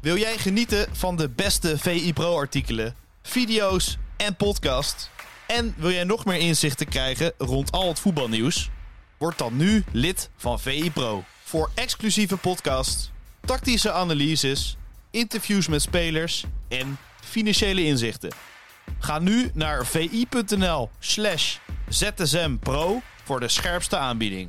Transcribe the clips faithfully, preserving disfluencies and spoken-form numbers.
Wil jij genieten van de beste V I Pro-artikelen, video's en podcasts? En wil jij nog meer inzichten krijgen rond al het voetbalnieuws? Word dan nu lid van V I Pro. Voor exclusieve podcasts, tactische analyses, interviews met spelers en financiële inzichten. Ga nu naar vi.nl slash zsmpro voor de scherpste aanbieding.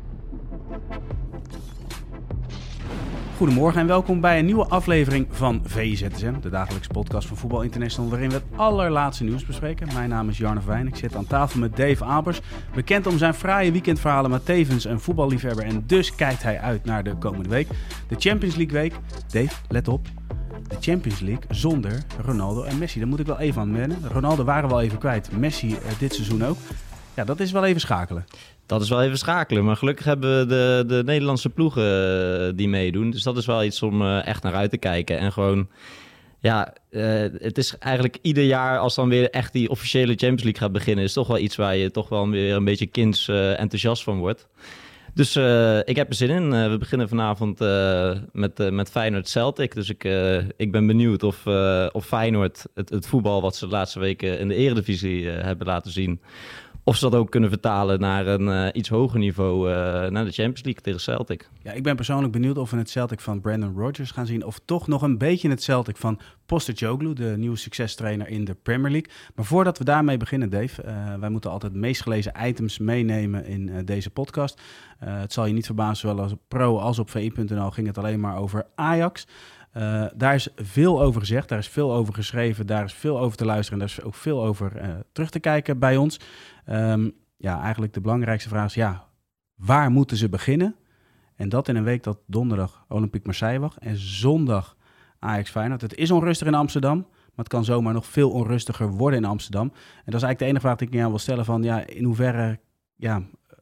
Goedemorgen en welkom bij een nieuwe aflevering van V I Z S M, de dagelijkse podcast van Voetbal International, waarin we het allerlaatste nieuws bespreken. Mijn naam is Jarno Vijn, ik zit aan tafel met Dave Abers, bekend om zijn fraaie weekendverhalen, maar tevens een voetballiefhebber en dus kijkt hij uit naar de komende week. De Champions League week. Dave, let op. De Champions League zonder Ronaldo en Messi. Daar moet ik wel even aan wennen. Ronaldo waren we al even kwijt, Messi uh, dit seizoen ook. Ja, dat is wel even schakelen. Dat is wel even schakelen, maar gelukkig hebben we de, de Nederlandse ploegen uh, die meedoen. Dus dat is wel iets om uh, echt naar uit te kijken. En gewoon, ja, uh, het is eigenlijk ieder jaar als dan weer echt die officiële Champions League gaat beginnen, is toch wel iets waar je toch wel weer een beetje kinds uh, enthousiast van wordt. Dus uh, ik heb er zin in. Uh, we beginnen vanavond uh, met, uh, met Feyenoord Celtic. Dus ik, uh, ik ben benieuwd of, uh, of Feyenoord het, het voetbal wat ze de laatste weken in de Eredivisie uh, hebben laten zien, of ze dat ook kunnen vertalen naar een uh, iets hoger niveau, uh, naar de Champions League tegen Celtic. Ja, ik ben persoonlijk benieuwd of we het Celtic van Brendan Rodgers gaan zien, of toch nog een beetje het Celtic van Postecoglou, de nieuwe succestrainer in de Premier League. Maar voordat we daarmee beginnen, Dave, uh, wij moeten altijd de meest gelezen items meenemen in uh, deze podcast. Uh, het zal je niet verbazen, zowel als op Pro als op V I punt n l ging het alleen maar over Ajax. Uh, daar is veel over gezegd, daar is veel over geschreven, daar is veel over te luisteren en daar is ook veel over uh, terug te kijken bij ons. Um, ja, eigenlijk de belangrijkste vraag is, ja, waar moeten ze beginnen? En dat in een week dat donderdag Olympique Marseille wacht en zondag Ajax Feyenoord. Het is onrustig in Amsterdam, maar het kan zomaar nog veel onrustiger worden in Amsterdam. En dat is eigenlijk de enige vraag die ik aan jou wil stellen van, ja, in hoeverre, ja,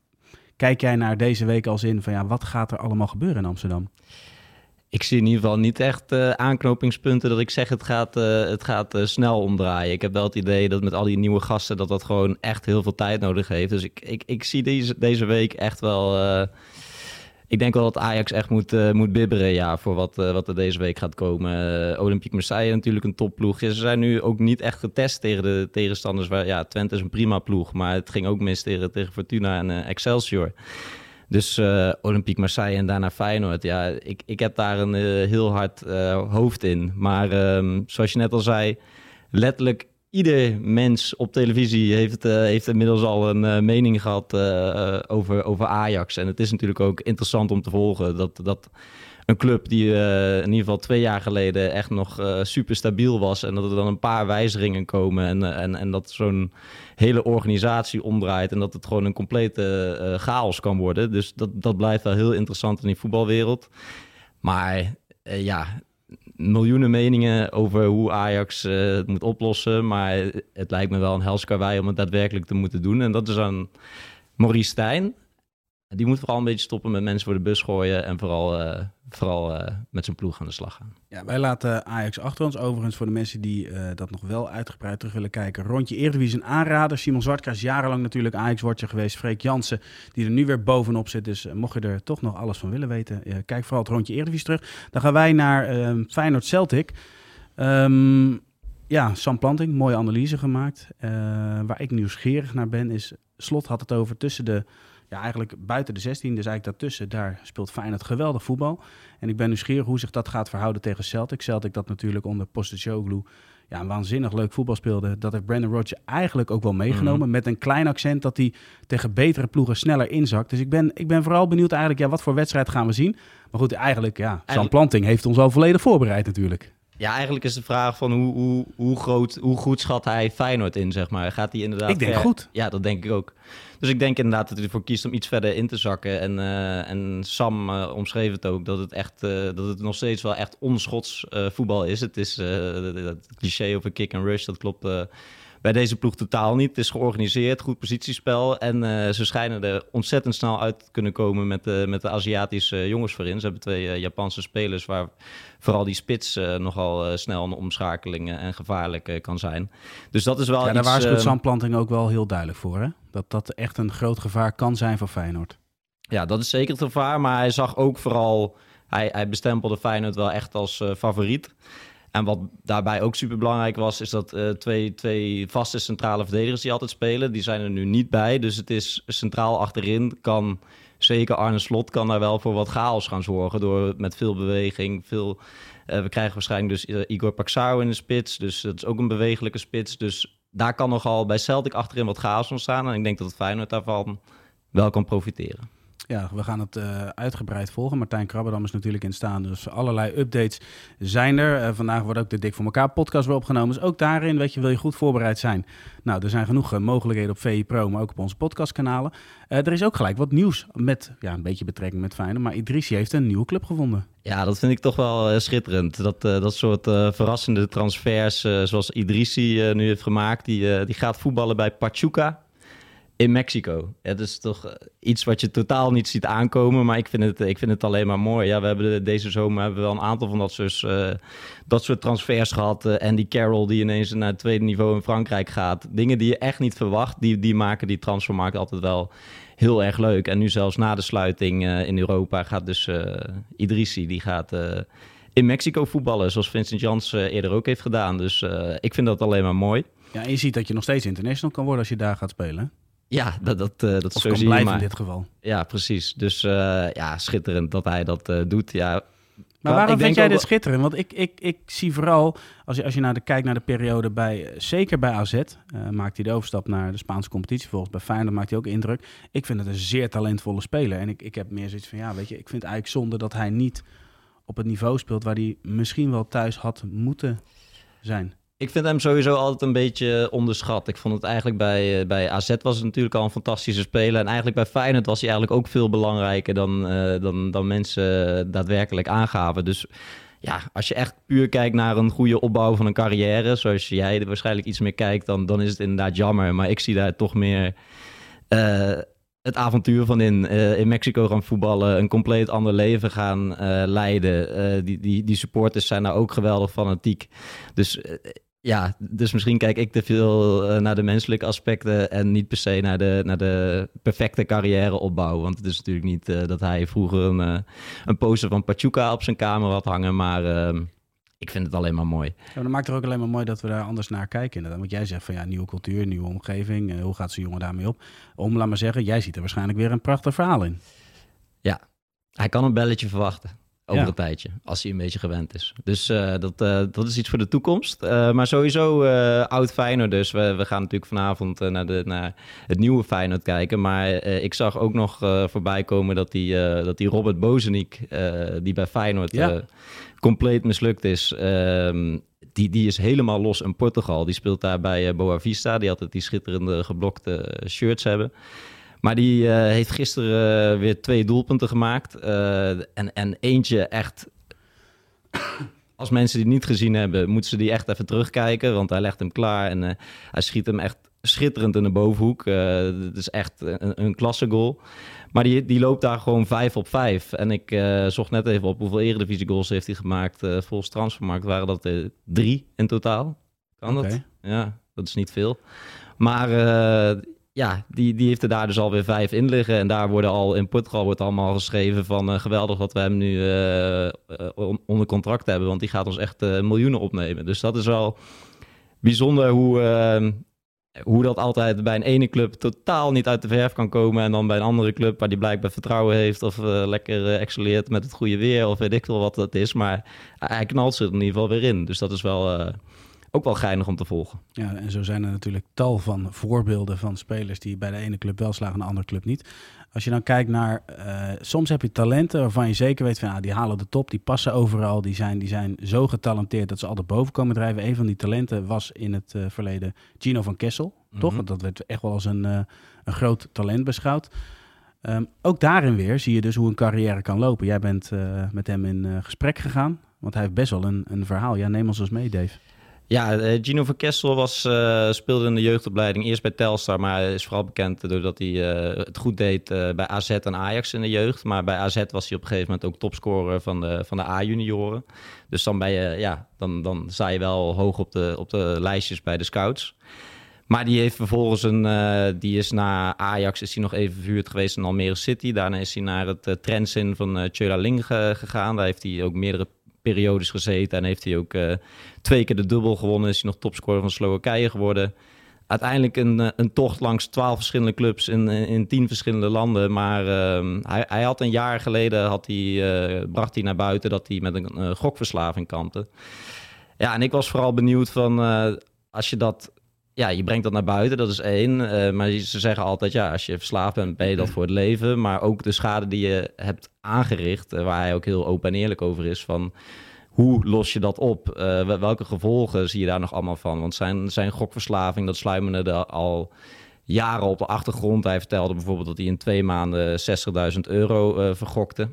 kijk jij naar deze week als in van, ja, wat gaat er allemaal gebeuren in Amsterdam? Ik zie in ieder geval niet echt uh, aanknopingspunten dat ik zeg het gaat, uh, het gaat uh, snel omdraaien. Ik heb wel het idee dat met al die nieuwe gasten dat dat gewoon echt heel veel tijd nodig heeft. Dus ik, ik, ik zie deze, deze week echt wel... Uh, ik denk wel dat Ajax echt moet, uh, moet bibberen ja, voor wat, uh, wat er deze week gaat komen. Uh, Olympique Marseille natuurlijk een topploeg. Ja, ze zijn nu ook niet echt getest tegen de tegenstanders. Waar, ja, Twente is een prima ploeg, maar het ging ook mis tegen, tegen Fortuna en uh, Excelsior. Dus uh, Olympique Marseille en daarna Feyenoord. Ja, ik, ik heb daar een uh, heel hard uh, hoofd in. Maar um, zoals je net al zei, letterlijk ieder mens op televisie heeft, uh, heeft inmiddels al een uh, mening gehad uh, uh, over, over Ajax. En het is natuurlijk ook interessant om te volgen dat, dat een club die uh, in ieder geval twee jaar geleden echt nog uh, super stabiel was en dat er dan een paar wijzigingen komen en, uh, en, en dat zo'n hele organisatie omdraait en dat het gewoon een complete uh, chaos kan worden. Dus dat, dat blijft wel heel interessant in die voetbalwereld. Maar uh, ja, miljoenen meningen over hoe Ajax uh, het moet oplossen, maar het lijkt me wel een hels karwei om het daadwerkelijk te moeten doen. En dat is aan Maurice Stijn. Die moet vooral een beetje stoppen met mensen voor de bus gooien en vooral, uh, vooral uh, met zijn ploeg aan de slag gaan. Ja, wij laten Ajax achter ons. Overigens voor de mensen die uh, dat nog wel uitgebreid terug willen kijken. Rondje Eredivisie een aanrader. Simon Zwartka is jarenlang natuurlijk Ajax-watcher geweest. Freek Jansen die er nu weer bovenop zit. Dus uh, mocht je er toch nog alles van willen weten, uh, kijk vooral het Rondje Eredivisie terug. Dan gaan wij naar uh, Feyenoord Celtic. Um, ja, Sam Planting, mooie analyse gemaakt. Uh, waar ik nieuwsgierig naar ben is, Slot had het over tussen de... Ja, eigenlijk buiten de zestien, dus eigenlijk daartussen, daar speelt Feyenoord geweldig voetbal. En ik ben nieuwsgierig hoe zich dat gaat verhouden tegen Celtic. Celtic dat natuurlijk onder Postecoglou ja, een waanzinnig leuk voetbal speelde. Dat heeft Brendan Rodgers eigenlijk ook wel meegenomen. Mm-hmm. Met een klein accent dat hij tegen betere ploegen sneller inzakt. Dus ik ben, ik ben vooral benieuwd eigenlijk, ja, wat voor wedstrijd gaan we zien. Maar goed, eigenlijk, ja, eigenlijk... Sam Planting heeft ons al volledig voorbereid natuurlijk. Ja, eigenlijk is de vraag van hoe, hoe, hoe, groot, hoe goed schat hij Feyenoord in, zeg maar. Gaat hij inderdaad... Ik denk ver... goed. Ja, dat denk ik ook. Dus ik denk inderdaad dat hij ervoor kiest om iets verder in te zakken. En, uh, en Sam uh, omschreef het ook, dat het, echt, uh, dat het nog steeds wel echt onschots uh, voetbal is. Het is uh, het cliché over kick and rush, dat klopt uh, bij deze ploeg totaal niet. Het is georganiseerd, goed positiespel. En uh, ze schijnen er ontzettend snel uit te kunnen komen met de, met de Aziatische jongens voorin. Ze hebben twee uh, Japanse spelers waar vooral die spits uh, nogal uh, snel een omschakeling uh, en gevaarlijk uh, kan zijn. Dus dat is wel ja, iets... daar waarschuwt uh, Sam Planting ook wel heel duidelijk voor, hè? Dat dat echt een groot gevaar kan zijn voor Feyenoord. Ja, dat is zeker het gevaar. Maar hij zag ook vooral Hij, hij bestempelde Feyenoord wel echt als uh, favoriet. En wat daarbij ook super belangrijk was, is dat uh, twee, twee vaste centrale verdedigers die altijd spelen, die zijn er nu niet bij. Dus het is centraal achterin, kan zeker Arne Slot kan daar wel voor wat chaos gaan zorgen door met veel beweging, veel... Uh, we krijgen waarschijnlijk dus uh, Igor Paxao in de spits, dus dat is ook een bewegelijke spits. Dus daar kan nogal bij Celtic achterin wat chaos ontstaan. En ik denk dat het Feyenoord daarvan wel kan profiteren. Ja, we gaan het uh, uitgebreid volgen. Martijn Krabberdam is natuurlijk in staan, dus allerlei updates zijn er. Uh, vandaag wordt ook de Dik voor elkaar podcast weer opgenomen. Dus ook daarin, weet je, wil je goed voorbereid zijn. Nou, er zijn genoeg uh, mogelijkheden op V I Pro, maar ook op onze podcastkanalen. Uh, er is ook gelijk wat nieuws met, ja, een beetje betrekking met Feyenoord, maar Idrissi heeft een nieuwe club gevonden. Ja, dat vind ik toch wel uh, schitterend. Dat, uh, dat soort uh, verrassende transfers, uh, zoals Idrissi uh, nu heeft gemaakt, die, uh, die gaat voetballen bij Pachuca in Mexico. Ja, dat is toch uh, iets wat je totaal niet ziet aankomen, maar ik vind het, ik vind het alleen maar mooi. Ja, we hebben de, deze zomer hebben we wel een aantal van dat soort, uh, dat soort transfers gehad. Uh, Andy Carroll die ineens naar het tweede niveau in Frankrijk gaat. Dingen die je echt niet verwacht, die, die maken die transfermarkt altijd wel heel erg leuk. En nu zelfs na de sluiting uh, in Europa gaat dus uh, Idrissi, die gaat uh, in Mexico voetballen, zoals Vincent Janss uh, eerder ook heeft gedaan. Dus uh, ik vind dat alleen maar mooi. Ja, en je ziet dat je nog steeds international kan worden als je daar gaat spelen. Ja, dat, dat, uh, dat of zo kan zie blijven je maar. in dit geval. Ja, precies. Dus uh, ja, schitterend dat hij dat uh, doet. Ja. Maar Maar waarom ik vind denk jij ook dit wel- schitterend? Want ik, ik, ik zie vooral, als je, als je naar de, kijkt naar de periode bij, zeker bij A Z, uh, maakt hij de overstap naar de Spaanse competitie. Volgens bij Feyenoord maakt hij ook indruk. Ik vind het een zeer talentvolle speler. En ik, ik heb meer zoiets van, ja, weet je, ik vind het eigenlijk zonde dat hij niet op het niveau speelt waar hij misschien wel thuis had moeten zijn. Ik vind hem sowieso altijd een beetje onderschat. Ik vond het eigenlijk bij, uh, bij A Z was het natuurlijk al een fantastische speler. En eigenlijk bij Feyenoord was hij eigenlijk ook veel belangrijker dan, uh, dan, dan mensen daadwerkelijk aangaven. Dus ja, als je echt puur kijkt naar een goede opbouw van een carrière, zoals jij er waarschijnlijk iets meer kijkt, dan, dan is het inderdaad jammer. Maar ik zie daar toch meer uh, het avontuur van in. Uh, in Mexico gaan voetballen, een compleet ander leven gaan uh, leiden. Uh, die, die, die supporters zijn daar ook geweldig fanatiek. Dus uh, ja, dus misschien kijk ik te veel uh, naar de menselijke aspecten en niet per se naar de, naar de perfecte carrièreopbouw. Want het is natuurlijk niet uh, dat hij vroeger een, uh, een poster van Pachuca op zijn kamer had hangen, maar uh, ik vind het alleen maar mooi. Ja, maar dan maakt het ook alleen maar mooi dat we daar anders naar kijken. Inderdaad. Want jij zegt van ja, nieuwe cultuur, nieuwe omgeving. Uh, hoe gaat zo'n jongen daarmee op? Om, laat maar zeggen, jij ziet er waarschijnlijk weer een prachtig verhaal in. Ja, hij kan een belletje verwachten. Over Ja. een tijdje, als hij een beetje gewend is. Dus uh, dat, uh, dat is iets voor de toekomst. Uh, maar sowieso uh, oud Feyenoord dus. We, we gaan natuurlijk vanavond uh, naar, de, naar het nieuwe Feyenoord kijken. Maar uh, ik zag ook nog uh, voorbij komen dat die, uh, dat die Robert Bozeniek, uh, die bij Feyenoord Ja. uh, compleet mislukt is, uh, die, die is helemaal los in Portugal. Die speelt daar bij uh, Boa Vista. Die altijd die schitterende geblokte shirts hebben. Maar die uh, heeft gisteren uh, weer twee doelpunten gemaakt. Uh, en, en eentje echt... Als mensen die niet gezien hebben, moeten ze die echt even terugkijken. Want hij legt hem klaar en uh, hij schiet hem echt schitterend in de bovenhoek. Uh, het is echt een, een klasse goal. Maar die, die loopt daar gewoon vijf op vijf. En ik uh, zocht net even op hoeveel Eredivisie goals heeft hij gemaakt. Uh, volgens Transfermarkt waren dat uh, drie in totaal. Kan Oké. dat? Ja, dat is niet veel. Maar... Uh, Ja, die, die heeft er daar dus alweer vijf in liggen. En daar worden al in Portugal wordt allemaal geschreven van uh, geweldig dat we hem nu uh, uh, onder contract hebben. Want die gaat ons echt uh, miljoenen opnemen. Dus dat is wel bijzonder hoe, uh, hoe dat altijd bij een ene club totaal niet uit de verf kan komen. En dan bij een andere club waar die blijkbaar vertrouwen heeft of uh, lekker uh, excelleert met het goede weer of weet ik veel wat dat is. Maar hij knalt ze er in ieder geval weer in. Dus dat is wel... Uh, Ook wel geinig om te volgen. Ja, en zo zijn er natuurlijk tal van voorbeelden van spelers die bij de ene club wel slagen en de andere club niet. Als je dan kijkt naar, uh, soms heb je talenten waarvan je zeker weet van, ah, die halen de top, die passen overal, die zijn, die zijn zo getalenteerd dat ze altijd boven komen drijven. Een van die talenten was in het uh, verleden Gino van Kessel, mm-hmm. toch? Dat werd echt wel als een, uh, een groot talent beschouwd. Um, ook daarin weer zie je dus hoe een carrière kan lopen. Jij bent uh, met hem in uh, gesprek gegaan, want hij heeft best wel een, een verhaal. Ja, neem ons eens mee, Dave. Ja, Gino van Kessel was, uh, speelde in de jeugdopleiding eerst bij Telstar, maar is vooral bekend doordat hij uh, het goed deed uh, bij A Z en Ajax in de jeugd. Maar bij A Z was hij op een gegeven moment ook topscorer van de, van de A-junioren. Dus dan, ben je, ja, dan, dan sta je wel hoog op de, op de lijstjes bij de scouts. Maar die heeft vervolgens een, uh, die is na Ajax is hij nog even verhuurd geweest in Almere City. Daarna is hij naar het uh, Trensin van uh, Tjölaling ge- gegaan. Daar heeft hij ook meerdere periodes gezeten en heeft hij ook uh, twee keer de dubbel gewonnen. Is hij nog topscorer van Slowakije geworden. Uiteindelijk een, een tocht langs twaalf verschillende clubs in, in tien verschillende landen. Maar uh, hij, hij had een jaar geleden, had hij, uh, bracht hij naar buiten dat hij met een uh, gokverslaving kampte. Ja, en ik was vooral benieuwd van, uh, als je dat... Ja, je brengt dat naar buiten, dat is één. Uh, maar ze zeggen altijd, ja, als je verslaafd bent, ben je dat voor het leven. Maar ook de schade die je hebt aangericht, uh, waar hij ook heel open en eerlijk over is, van hoe los je dat op? Uh, welke gevolgen zie je daar nog allemaal van? Want zijn, zijn gokverslaving, dat sluimerde al jaren op de achtergrond. Hij vertelde bijvoorbeeld dat hij in twee maanden zestigduizend euro uh, vergokte.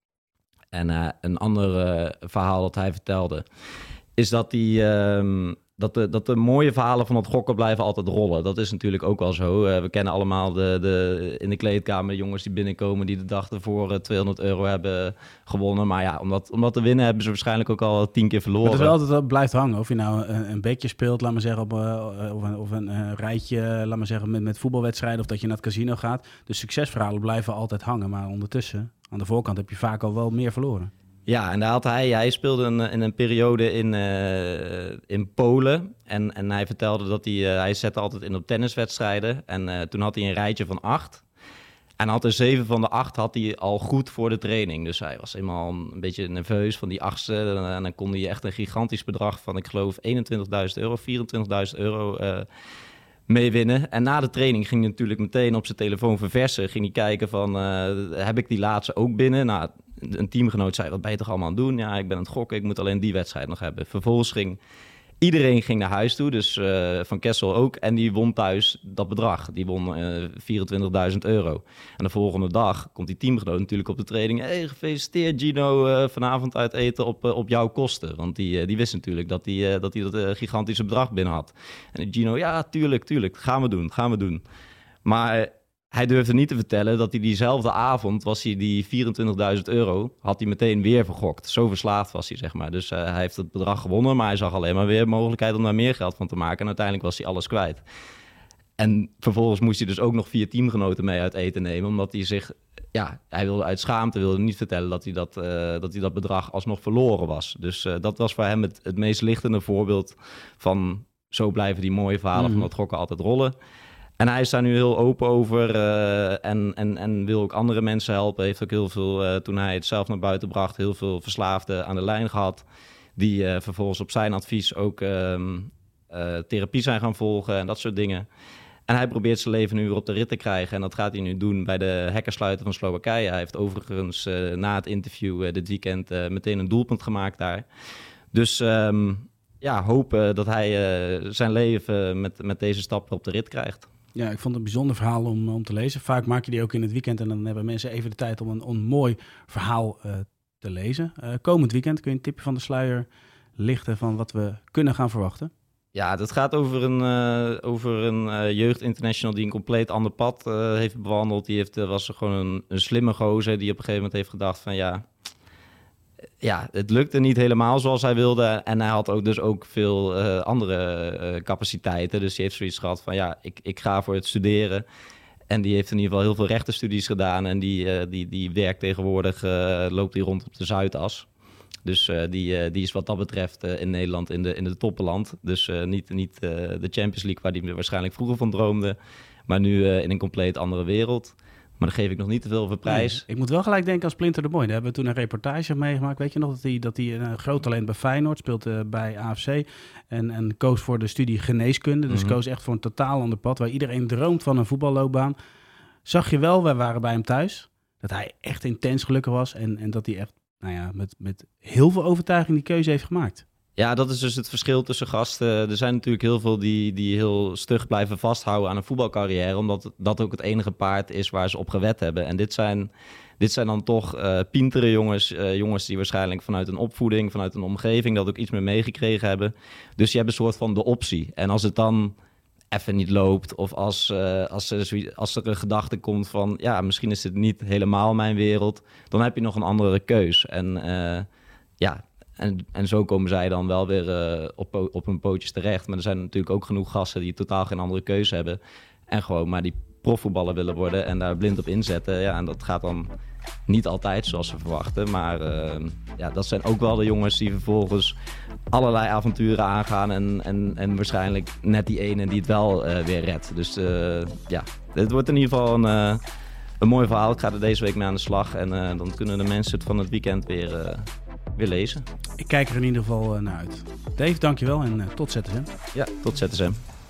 En uh, een ander uh, verhaal dat hij vertelde, is dat hij... Uh, Dat de, dat de mooie verhalen van het gokken blijven altijd rollen. Dat is natuurlijk ook wel zo. Uh, we kennen allemaal de, de, in de kleedkamer de jongens die binnenkomen... die de dag ervoor uh, tweehonderd euro hebben gewonnen. Maar ja, om dat, om dat te winnen hebben ze waarschijnlijk ook al tien keer verloren. Maar dat is wel altijd dat blijft hangen. Of je nou een, een bedje speelt, laat maar zeggen, op, uh, of een, of een uh, rijtje, laat maar zeggen, met, met voetbalwedstrijden... of dat je naar het casino gaat. De succesverhalen blijven altijd hangen. Maar ondertussen, aan de voorkant, heb je vaak al wel meer verloren. Ja, en daar had hij, hij speelde een, in een periode in, uh, in Polen. En, en hij vertelde dat hij, uh, hij zette altijd in op tenniswedstrijden. En uh, toen had hij een rijtje van acht. En had er zeven van de acht had hij al goed voor de training. Dus hij was eenmaal een beetje nerveus van die achtste. En dan kon hij echt een gigantisch bedrag van, ik geloof, eenentwintigduizend euro, vierentwintigduizend euro uh, mee winnen. En na de training ging hij natuurlijk meteen op zijn telefoon verversen. Ging hij kijken van, uh, heb ik die laatste ook binnen? Nou, een teamgenoot zei, wat ben je toch allemaal aan het doen? Ja, ik ben aan het gokken, ik moet alleen die wedstrijd nog hebben. Vervolgens ging iedereen ging naar huis toe, dus uh, Van Kessel ook. En die won thuis dat bedrag. Die won uh, vierentwintigduizend euro. En de volgende dag komt die teamgenoot natuurlijk op de training. Hey, gefeliciteerd Gino, uh, vanavond uit eten op, uh, op jouw kosten. Want die, uh, die wist natuurlijk dat hij uh, dat, dat uh, gigantische bedrag binnen had. En Gino, ja, tuurlijk, tuurlijk, gaan we doen, gaan we doen. Maar hij durfde niet te vertellen dat hij diezelfde avond was hij die vierentwintigduizend euro had hij meteen weer vergokt. Zo verslaafd was hij, zeg maar. Dus uh, hij heeft het bedrag gewonnen, maar hij zag alleen maar weer mogelijkheid om daar meer geld van te maken. En uiteindelijk was hij alles kwijt. En vervolgens moest hij dus ook nog vier teamgenoten mee uit eten nemen, omdat hij zich, ja, hij wilde uit schaamte wilde niet vertellen dat hij dat, uh, dat hij dat bedrag alsnog verloren was. Dus uh, dat was voor hem het, het meest lichtende voorbeeld van zo blijven die mooie verhalen mm. van dat gokken altijd rollen. En hij is daar nu heel open over uh, en, en, en wil ook andere mensen helpen. Heeft ook heel veel, uh, toen hij het zelf naar buiten bracht, heel veel verslaafden aan de lijn gehad. Die uh, vervolgens op zijn advies ook uh, uh, therapie zijn gaan volgen en dat soort dingen. En hij probeert zijn leven nu weer op de rit te krijgen. En dat gaat hij nu doen bij de hekkersluiter van Slowakije. Hij heeft overigens uh, na het interview uh, dit weekend uh, meteen een doelpunt gemaakt daar. Dus um, ja, hopen dat hij uh, zijn leven met, met deze stap op de rit krijgt. Ja, ik vond het een bijzonder verhaal om, om te lezen. Vaak maak je die ook in het weekend en dan hebben mensen even de tijd om een, een mooi verhaal uh, te lezen. Uh, komend weekend kun je een tipje van de sluier lichten van wat we kunnen gaan verwachten. Ja, dat gaat over een, uh, over een uh, jeugdinternational die een compleet ander pad uh, heeft bewandeld. Die heeft, uh, was gewoon een, een slimme gozer die op een gegeven moment heeft gedacht van ja... Ja, het lukte niet helemaal zoals hij wilde. En hij had ook dus ook veel uh, andere uh, capaciteiten. Dus hij heeft zoiets gehad van ja, ik, ik ga voor het studeren. En die heeft in ieder geval heel veel rechtenstudies gedaan. En die, uh, die, die werkt tegenwoordig, uh, loopt hij rond op de Zuidas. Dus uh, die, uh, die is wat dat betreft uh, in Nederland in de, in de toppenland. Dus uh, niet, niet uh, de Champions League waar hij waarschijnlijk vroeger van droomde. Maar nu uh, in een compleet andere wereld. Maar daar geef ik nog niet te veel over prijs. Nee, ik moet wel gelijk denken aan Splinter de Boy. Daar hebben we toen een reportage meegemaakt. Weet je nog dat hij, dat hij een groot talent bij Feyenoord speelt uh, bij A F C. En, en koos voor de studie geneeskunde. Dus mm-hmm. koos echt voor een totaal ander pad. Waar iedereen droomt van een voetballoopbaan. Zag je wel, wij waren bij hem thuis. Dat hij echt intens gelukkig was. En, en dat hij echt nou ja, met, met heel veel overtuiging die keuze heeft gemaakt. Ja, dat is dus het verschil tussen gasten. Er zijn natuurlijk heel veel die, die heel stug blijven vasthouden aan een voetbalcarrière, omdat dat ook het enige paard is waar ze op gewet hebben. En dit zijn, dit zijn dan toch uh, pintere jongens, uh, jongens die waarschijnlijk vanuit een opvoeding, vanuit een omgeving dat ook iets meer meegekregen hebben. Dus je hebt een soort van de optie. En als het dan even niet loopt of als, uh, als, er, als er een gedachte komt van ja, misschien is het niet helemaal mijn wereld, dan heb je nog een andere keus. En uh, ja... En, en zo komen zij dan wel weer uh, op, op hun pootjes terecht. Maar er zijn natuurlijk ook genoeg gasten die totaal geen andere keuze hebben. En gewoon maar die profvoetballer willen worden en daar blind op inzetten. Ja, en dat gaat dan niet altijd zoals ze verwachten. Maar uh, ja, dat zijn ook wel de jongens die vervolgens allerlei avonturen aangaan. En, en, en waarschijnlijk net die ene die het wel uh, weer redt. Dus uh, ja, het wordt in ieder geval een, uh, een mooi verhaal. Ik ga er deze week mee aan de slag. En uh, dan kunnen de mensen het van het weekend weer, uh, weer lezen. Ik kijk er in ieder geval uh, naar uit. Dave, dankjewel en uh, tot Z S M. Ja, tot Z S M.